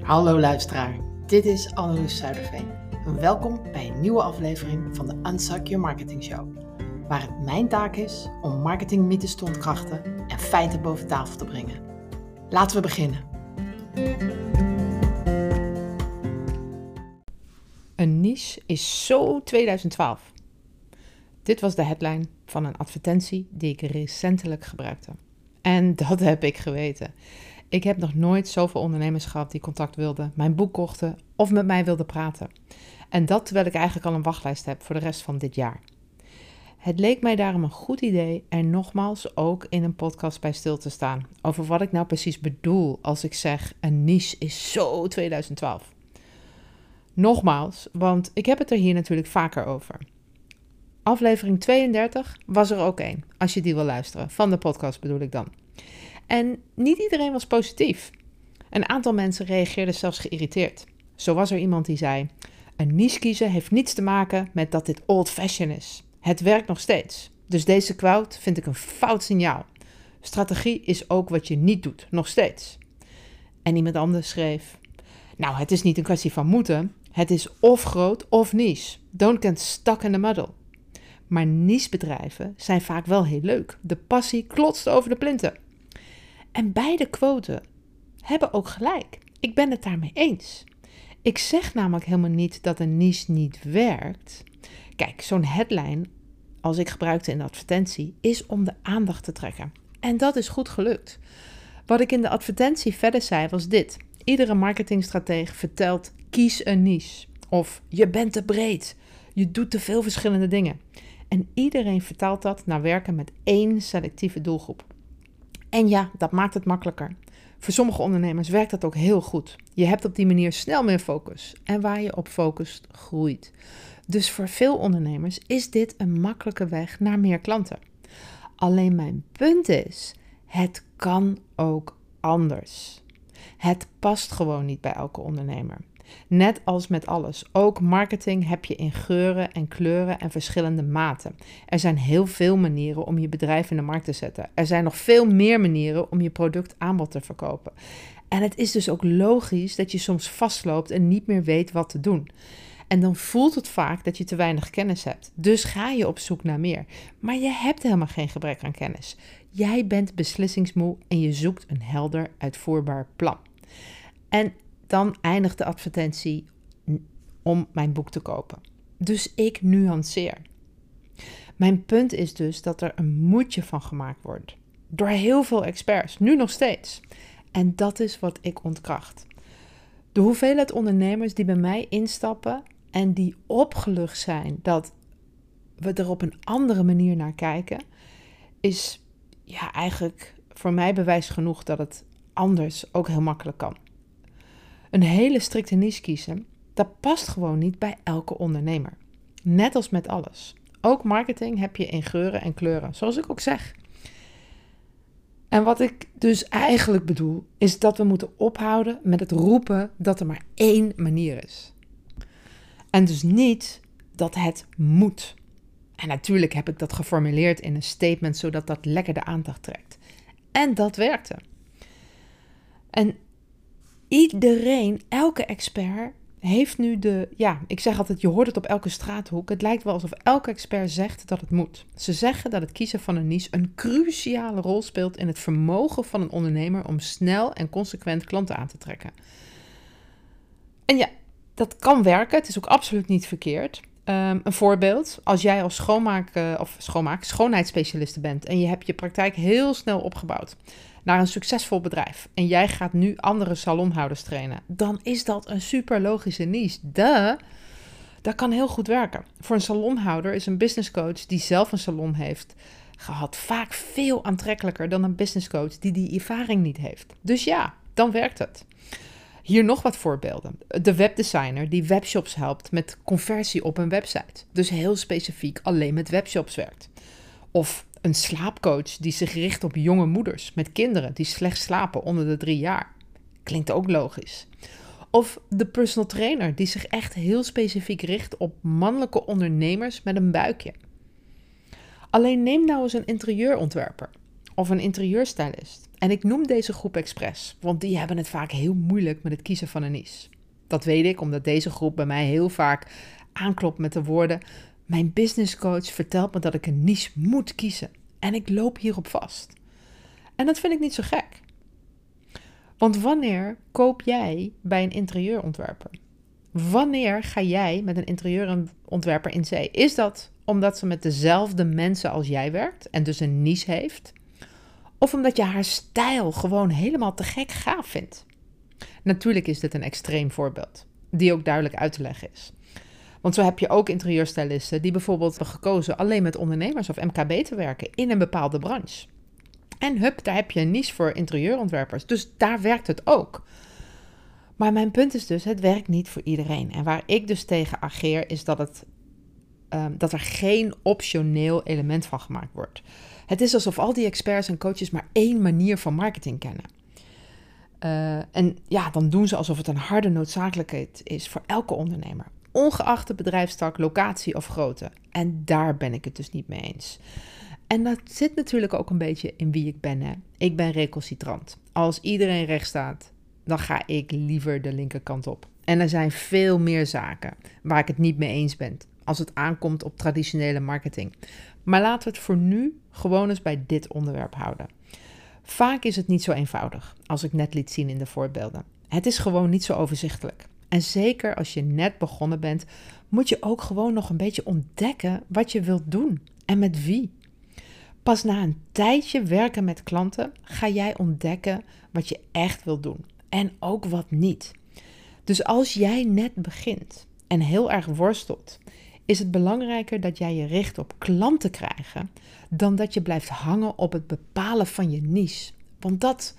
Hallo luisteraar, dit is Anneloes Zuiderveen. Welkom bij een nieuwe aflevering van de Unsuck Your Marketing Show. Waar het mijn taak is om marketingmythes te ontkrachten en feiten boven tafel te brengen. Laten we beginnen. Een niche is zo 2012. Dit was de headline van een advertentie die ik recentelijk gebruikte. En dat heb ik geweten. Ik heb nog nooit zoveel ondernemers gehad die contact wilden, mijn boek kochten of met mij wilden praten. En dat terwijl ik eigenlijk al een wachtlijst heb voor de rest van dit jaar. Het leek mij daarom een goed idee er nogmaals ook in een podcast bij stil te staan. Over wat ik nou precies bedoel als ik zeg een niche is zo 2012. Nogmaals, want ik heb het er hier natuurlijk vaker over. Aflevering 32 was er ook één, als je die wil luisteren. Van de podcast bedoel ik dan. En niet iedereen was positief. Een aantal mensen reageerden zelfs geïrriteerd. Zo was er iemand die zei: een niche kiezen heeft niets te maken met dat dit old fashion is. Het werkt nog steeds. Dus deze quote vind ik een fout signaal. Strategie is ook wat je niet doet, nog steeds. En iemand anders schreef: nou, het is niet een kwestie van moeten. Het is of groot of niche. Don't get stuck in the muddle. Maar nichebedrijven zijn vaak wel heel leuk. De passie klotst over de plinten. En beide quoten hebben ook gelijk. Ik ben het daarmee eens. Ik zeg namelijk helemaal niet dat een niche niet werkt. Kijk, zo'n headline, als ik gebruikte in de advertentie, is om de aandacht te trekken. En dat is goed gelukt. Wat ik in de advertentie verder zei was dit. Iedere marketingstratege vertelt: kies een niche. Of je bent te breed. Je doet te veel verschillende dingen. En iedereen vertaalt dat naar werken met één selectieve doelgroep. En ja, dat maakt het makkelijker. Voor sommige ondernemers werkt dat ook heel goed. Je hebt op die manier snel meer focus. En waar je op focust, groeit. Dus voor veel ondernemers is dit een makkelijke weg naar meer klanten. Alleen mijn punt is, het kan ook anders. Het past gewoon niet bij elke ondernemer. Net als met alles, ook marketing heb je in geuren en kleuren en verschillende maten. Er zijn heel veel manieren om je bedrijf in de markt te zetten. Er zijn nog veel meer manieren om je productaanbod te verkopen. En het is dus ook logisch dat je soms vastloopt en niet meer weet wat te doen. En dan voelt het vaak dat je te weinig kennis hebt. Dus ga je op zoek naar meer. Maar je hebt helemaal geen gebrek aan kennis. Jij bent beslissingsmoe en je zoekt een helder, uitvoerbaar plan. En dan eindigt de advertentie om mijn boek te kopen. Dus ik nuanceer. Mijn punt is dus dat er een moedje van gemaakt wordt. Door heel veel experts, nu nog steeds. En dat is wat ik ontkracht. De hoeveelheid ondernemers die bij mij instappen en die opgelucht zijn dat we er op een andere manier naar kijken, is ja eigenlijk voor mij bewijs genoeg dat het anders ook heel makkelijk kan. Een hele strikte niche kiezen, dat past gewoon niet bij elke ondernemer. Net als met alles. Ook marketing heb je in geuren en kleuren, zoals ik ook zeg. En wat ik dus eigenlijk bedoel, is dat we moeten ophouden met het roepen dat er maar één manier is. En dus niet dat het moet. En natuurlijk heb ik dat geformuleerd in een statement, zodat dat lekker de aandacht trekt. En dat werkte. En iedereen, elke expert heeft nu ik zeg altijd, je hoort het op elke straathoek. Het lijkt wel alsof elke expert zegt dat het moet. Ze zeggen dat het kiezen van een niche een cruciale rol speelt in het vermogen van een ondernemer om snel en consequent klanten aan te trekken. En ja, dat kan werken. Het is ook absoluut niet verkeerd. Een voorbeeld, als jij als schoonheidsspecialiste bent en je hebt je praktijk heel snel opgebouwd naar een succesvol bedrijf en jij gaat nu andere salonhouders trainen, dan is dat een super logische niche. Dat kan heel goed werken. Voor een salonhouder is een businesscoach die zelf een salon heeft gehad vaak veel aantrekkelijker dan een businesscoach die ervaring niet heeft. Dus ja, dan werkt het. Hier nog wat voorbeelden. De webdesigner die webshops helpt met conversie op een website. Dus heel specifiek alleen met webshops werkt. Of een slaapcoach die zich richt op jonge moeders met kinderen die slecht slapen onder de 3 jaar. Klinkt ook logisch. Of de personal trainer die zich echt heel specifiek richt op mannelijke ondernemers met een buikje. Alleen neem nou eens een interieurontwerper of een interieurstylist En ik noem deze groep expres, want die hebben het vaak heel moeilijk met het kiezen van een niche. Dat weet ik, omdat deze groep bij mij heel vaak aanklopt met de woorden: mijn businesscoach vertelt me dat ik een niche moet kiezen. En ik loop hierop vast. En dat vind ik niet zo gek. Want wanneer koop jij bij een interieurontwerper? Wanneer ga jij met een interieurontwerper in zee? Is dat omdat ze met dezelfde mensen als jij werkt en dus een niche heeft? Of omdat je haar stijl gewoon helemaal te gek gaaf vindt? Natuurlijk is dit een extreem voorbeeld, die ook duidelijk uit te leggen is. Want zo heb je ook interieurstylisten die bijvoorbeeld hebben gekozen alleen met ondernemers of MKB te werken in een bepaalde branche. En hup, daar heb je een niche voor interieurontwerpers. Dus daar werkt het ook. Maar mijn punt is dus, het werkt niet voor iedereen. En waar ik dus tegen ageer, is dat er geen optioneel element van gemaakt wordt. Het is alsof al die experts en coaches maar één manier van marketing kennen. En ja, dan doen ze alsof het een harde noodzakelijkheid is voor elke ondernemer. Ongeacht de bedrijfstak, locatie of grootte. En daar ben ik het dus niet mee eens. En dat zit natuurlijk ook een beetje in wie ik ben. Hè? Ik ben recalcitrant. Als iedereen recht staat, dan ga ik liever de linkerkant op. En er zijn veel meer zaken waar ik het niet mee eens ben als het aankomt op traditionele marketing. Maar laten we het voor nu gewoon eens bij dit onderwerp houden. Vaak is het niet zo eenvoudig, als ik net liet zien in de voorbeelden. Het is gewoon niet zo overzichtelijk. En zeker als je net begonnen bent, moet je ook gewoon nog een beetje ontdekken wat je wilt doen en met wie. Pas na een tijdje werken met klanten ga jij ontdekken wat je echt wilt doen en ook wat niet. Dus als jij net begint en heel erg worstelt, is het belangrijker dat jij je richt op klanten krijgen dan dat je blijft hangen op het bepalen van je niche. Want dat,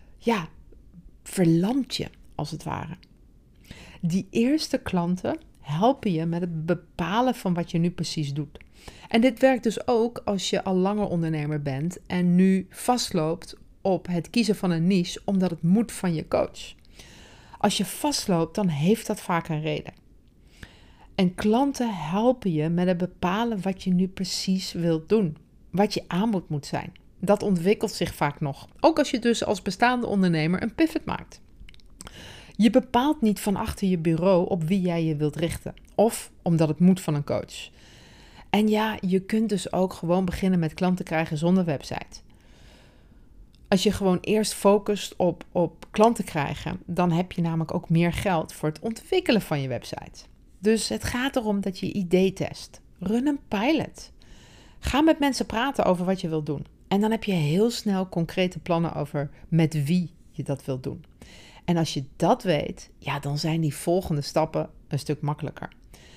verlamt je als het ware. Die eerste klanten helpen je met het bepalen van wat je nu precies doet. En dit werkt dus ook als je al langer ondernemer bent en nu vastloopt op het kiezen van een niche omdat het moet van je coach. Als je vastloopt, dan heeft dat vaak een reden. En klanten helpen je met het bepalen wat je nu precies wilt doen. Wat je aanbod moet zijn. Dat ontwikkelt zich vaak nog. Ook als je dus als bestaande ondernemer een pivot maakt. Je bepaalt niet van achter je bureau op wie jij je wilt richten. Of omdat het moet van een coach. En ja, je kunt dus ook gewoon beginnen met klanten krijgen zonder website. Als je gewoon eerst focust op klanten krijgen, dan heb je namelijk ook meer geld voor het ontwikkelen van je website. Dus het gaat erom dat je idee test. Run een pilot. Ga met mensen praten over wat je wilt doen. En dan heb je heel snel concrete plannen over met wie je dat wilt doen. En als je dat weet, dan zijn die volgende stappen een stuk makkelijker.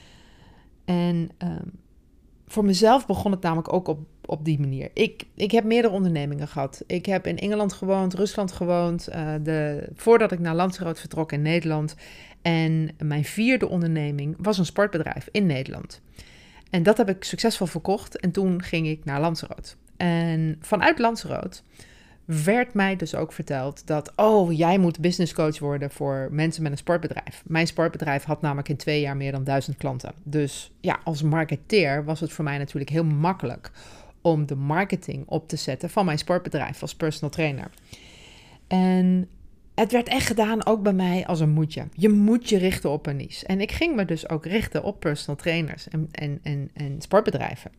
En voor mezelf begon het namelijk ook op die manier. Ik heb meerdere ondernemingen gehad. Ik heb in Engeland gewoond, Rusland gewoond, voordat ik naar Lanzarote vertrok in Nederland. En mijn 4e onderneming was een sportbedrijf in Nederland. En dat heb ik succesvol verkocht en toen ging ik naar Lanzarote. En vanuit Lanzarote werd mij dus ook verteld dat, jij moet businesscoach worden voor mensen met een sportbedrijf. Mijn sportbedrijf had namelijk in 2 jaar meer dan 1000 klanten. Dus als marketeer was het voor mij natuurlijk heel makkelijk om de marketing op te zetten van mijn sportbedrijf als personal trainer. En het werd echt gedaan ook bij mij als een moetje. Je moet je richten op een niche. En ik ging me dus ook richten op personal trainers en sportbedrijven.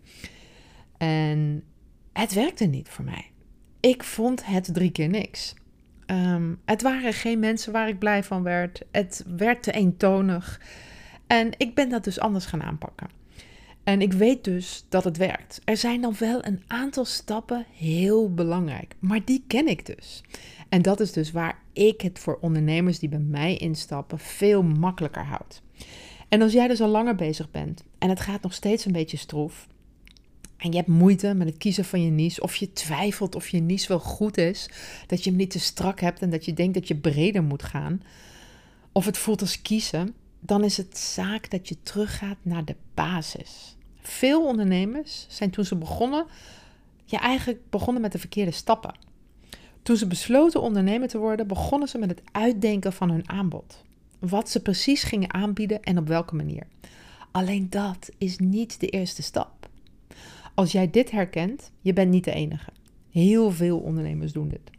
En het werkte niet voor mij. Ik vond het 3 keer niks. Het waren geen mensen waar ik blij van werd. Het werd te eentonig. En ik ben dat dus anders gaan aanpakken. En ik weet dus dat het werkt. Er zijn dan wel een aantal stappen heel belangrijk. Maar die ken ik dus. En dat is dus waar ik het voor ondernemers die bij mij instappen veel makkelijker houd. En als jij dus al langer bezig bent en het gaat nog steeds een beetje stroef en je hebt moeite met het kiezen van je niche of je twijfelt of je niche wel goed is, dat je hem niet te strak hebt en dat je denkt dat je breder moet gaan, of het voelt als kiezen, dan is het zaak dat je teruggaat naar de basis. Veel ondernemers zijn toen ze begonnen, eigenlijk begonnen met de verkeerde stappen. Toen ze besloten ondernemer te worden, begonnen ze met het uitdenken van hun aanbod. Wat ze precies gingen aanbieden en op welke manier. Alleen dat is niet de eerste stap. Als jij dit herkent, je bent niet de enige. Heel veel ondernemers doen dit.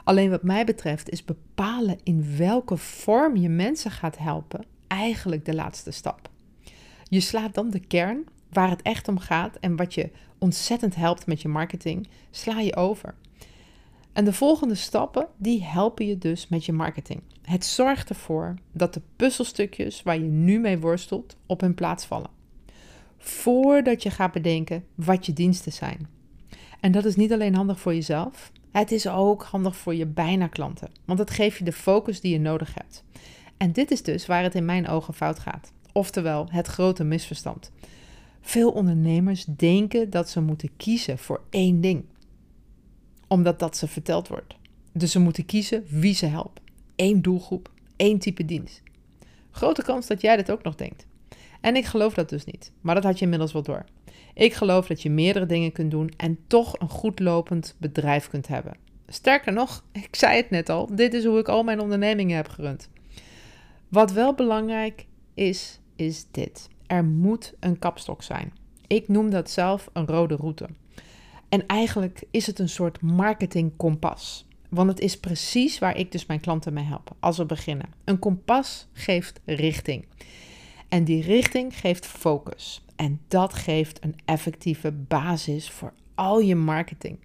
Alleen wat mij betreft is bepalen in welke vorm je mensen gaat helpen eigenlijk de laatste stap. Je slaat dan de kern, waar het echt om gaat en wat je ontzettend helpt met je marketing, sla je over. En de volgende stappen, die helpen je dus met je marketing. Het zorgt ervoor dat de puzzelstukjes waar je nu mee worstelt op hun plaats vallen. Voordat je gaat bedenken wat je diensten zijn. En dat is niet alleen handig voor jezelf, het is ook handig voor je bijna klanten. Want het geeft je de focus die je nodig hebt. En dit is dus waar het in mijn ogen fout gaat. Oftewel, het grote misverstand. Veel ondernemers denken dat ze moeten kiezen voor één ding. Omdat dat ze verteld wordt. Dus ze moeten kiezen wie ze helpen. Eén doelgroep, één type dienst. Grote kans dat jij dit ook nog denkt. En ik geloof dat dus niet, maar dat had je inmiddels wel door. Ik geloof dat je meerdere dingen kunt doen en toch een goed lopend bedrijf kunt hebben. Sterker nog, ik zei het net al, dit is hoe ik al mijn ondernemingen heb gerund. Wat wel belangrijk is dit. Er moet een kapstok zijn. Ik noem dat zelf een rode route. En eigenlijk is het een soort marketingkompas. Want het is precies waar ik dus mijn klanten mee help als we beginnen. Een kompas geeft richting. En die richting geeft focus. En dat geeft een effectieve basis voor al je marketing.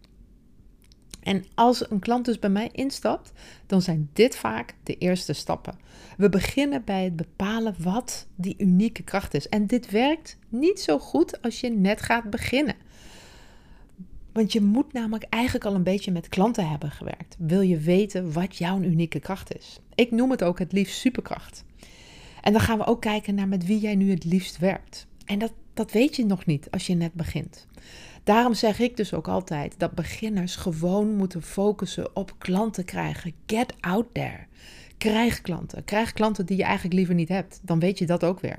En als een klant dus bij mij instapt, dan zijn dit vaak de eerste stappen. We beginnen bij het bepalen wat die unieke kracht is. En dit werkt niet zo goed als je net gaat beginnen. Want je moet namelijk eigenlijk al een beetje met klanten hebben gewerkt. Wil je weten wat jouw unieke kracht is? Ik noem het ook het liefst superkracht. En dan gaan we ook kijken naar met wie jij nu het liefst werkt. En dat weet je nog niet als je net begint. Daarom zeg ik dus ook altijd dat beginners gewoon moeten focussen op klanten krijgen. Get out there. Krijg klanten. Krijg klanten die je eigenlijk liever niet hebt. Dan weet je dat ook weer.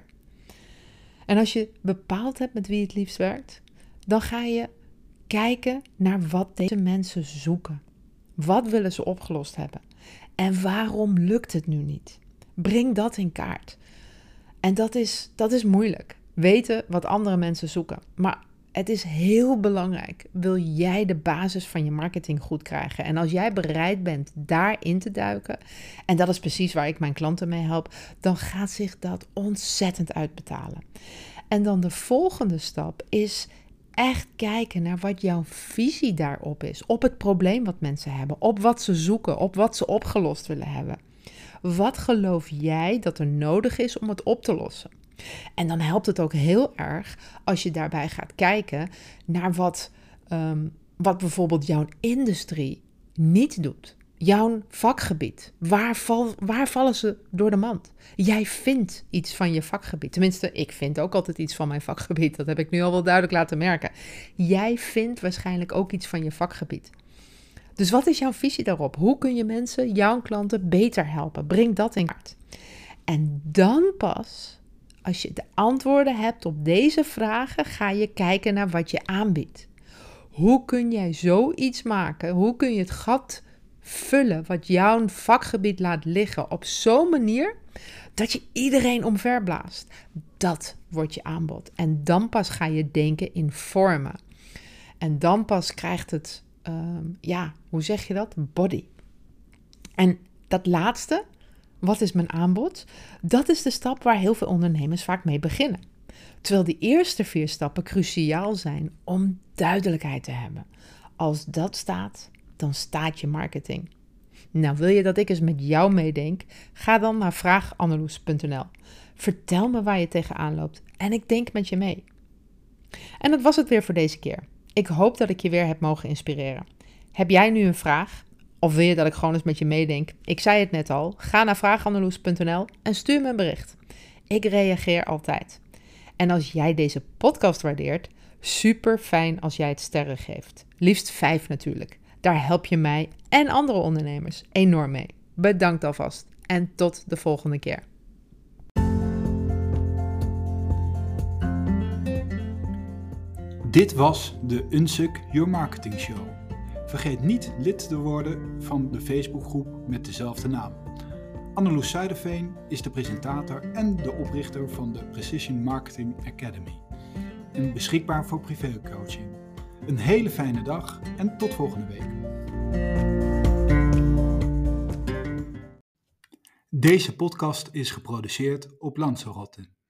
En als je bepaald hebt met wie het liefst werkt, dan ga je kijken naar wat deze mensen zoeken. Wat willen ze opgelost hebben? En waarom lukt het nu niet? Breng dat in kaart. En dat is moeilijk. Weten wat andere mensen zoeken. Maar het is heel belangrijk. Wil jij de basis van je marketing goed krijgen? En als jij bereid bent daarin te duiken, en dat is precies waar ik mijn klanten mee help, dan gaat zich dat ontzettend uitbetalen. En dan de volgende stap is echt kijken naar wat jouw visie daarop is. Op het probleem wat mensen hebben. Op wat ze zoeken. Op wat ze opgelost willen hebben. Wat geloof jij dat er nodig is om het op te lossen? En dan helpt het ook heel erg als je daarbij gaat kijken naar wat bijvoorbeeld jouw industrie niet doet. Jouw vakgebied. Waar vallen ze door de mand? Jij vindt iets van je vakgebied. Tenminste, ik vind ook altijd iets van mijn vakgebied. Dat heb ik nu al wel duidelijk laten merken. Jij vindt waarschijnlijk ook iets van je vakgebied. Dus wat is jouw visie daarop? Hoe kun je mensen, jouw klanten, beter helpen? Breng dat in kaart. En dan pas, als je de antwoorden hebt op deze vragen, ga je kijken naar wat je aanbiedt. Hoe kun jij zoiets maken? Hoe kun je het gat vullen wat jouw vakgebied laat liggen op zo'n manier dat je iedereen omverblaast? Dat wordt je aanbod. En dan pas ga je denken in vormen. En dan pas krijgt het, hoe zeg je dat? Body. En dat laatste, wat is mijn aanbod? Dat is de stap waar heel veel ondernemers vaak mee beginnen. Terwijl die eerste 4 stappen cruciaal zijn om duidelijkheid te hebben. Als dat staat, dan staat je marketing. Nou, wil je dat ik eens met jou meedenk? Ga dan naar vraaganneloes.nl. Vertel me waar je tegenaan loopt en ik denk met je mee. En dat was het weer voor deze keer. Ik hoop dat ik je weer heb mogen inspireren. Heb jij nu een vraag? Of wil je dat ik gewoon eens met je meedenk? Ik zei het net al, ga naar vraaganneloes.nl en stuur me een bericht. Ik reageer altijd. En als jij deze podcast waardeert, super fijn als jij het sterren geeft. Liefst 5 natuurlijk. Daar help je mij en andere ondernemers enorm mee. Bedankt alvast en tot de volgende keer. Dit was de Unsuk Your Marketing Show. Vergeet niet lid te worden van de Facebookgroep met dezelfde naam. Anneloes Zuiderveen is de presentator en de oprichter van de Precision Marketing Academy. En beschikbaar voor privécoaching. Een hele fijne dag en tot volgende week. Deze podcast is geproduceerd op Lanzarote.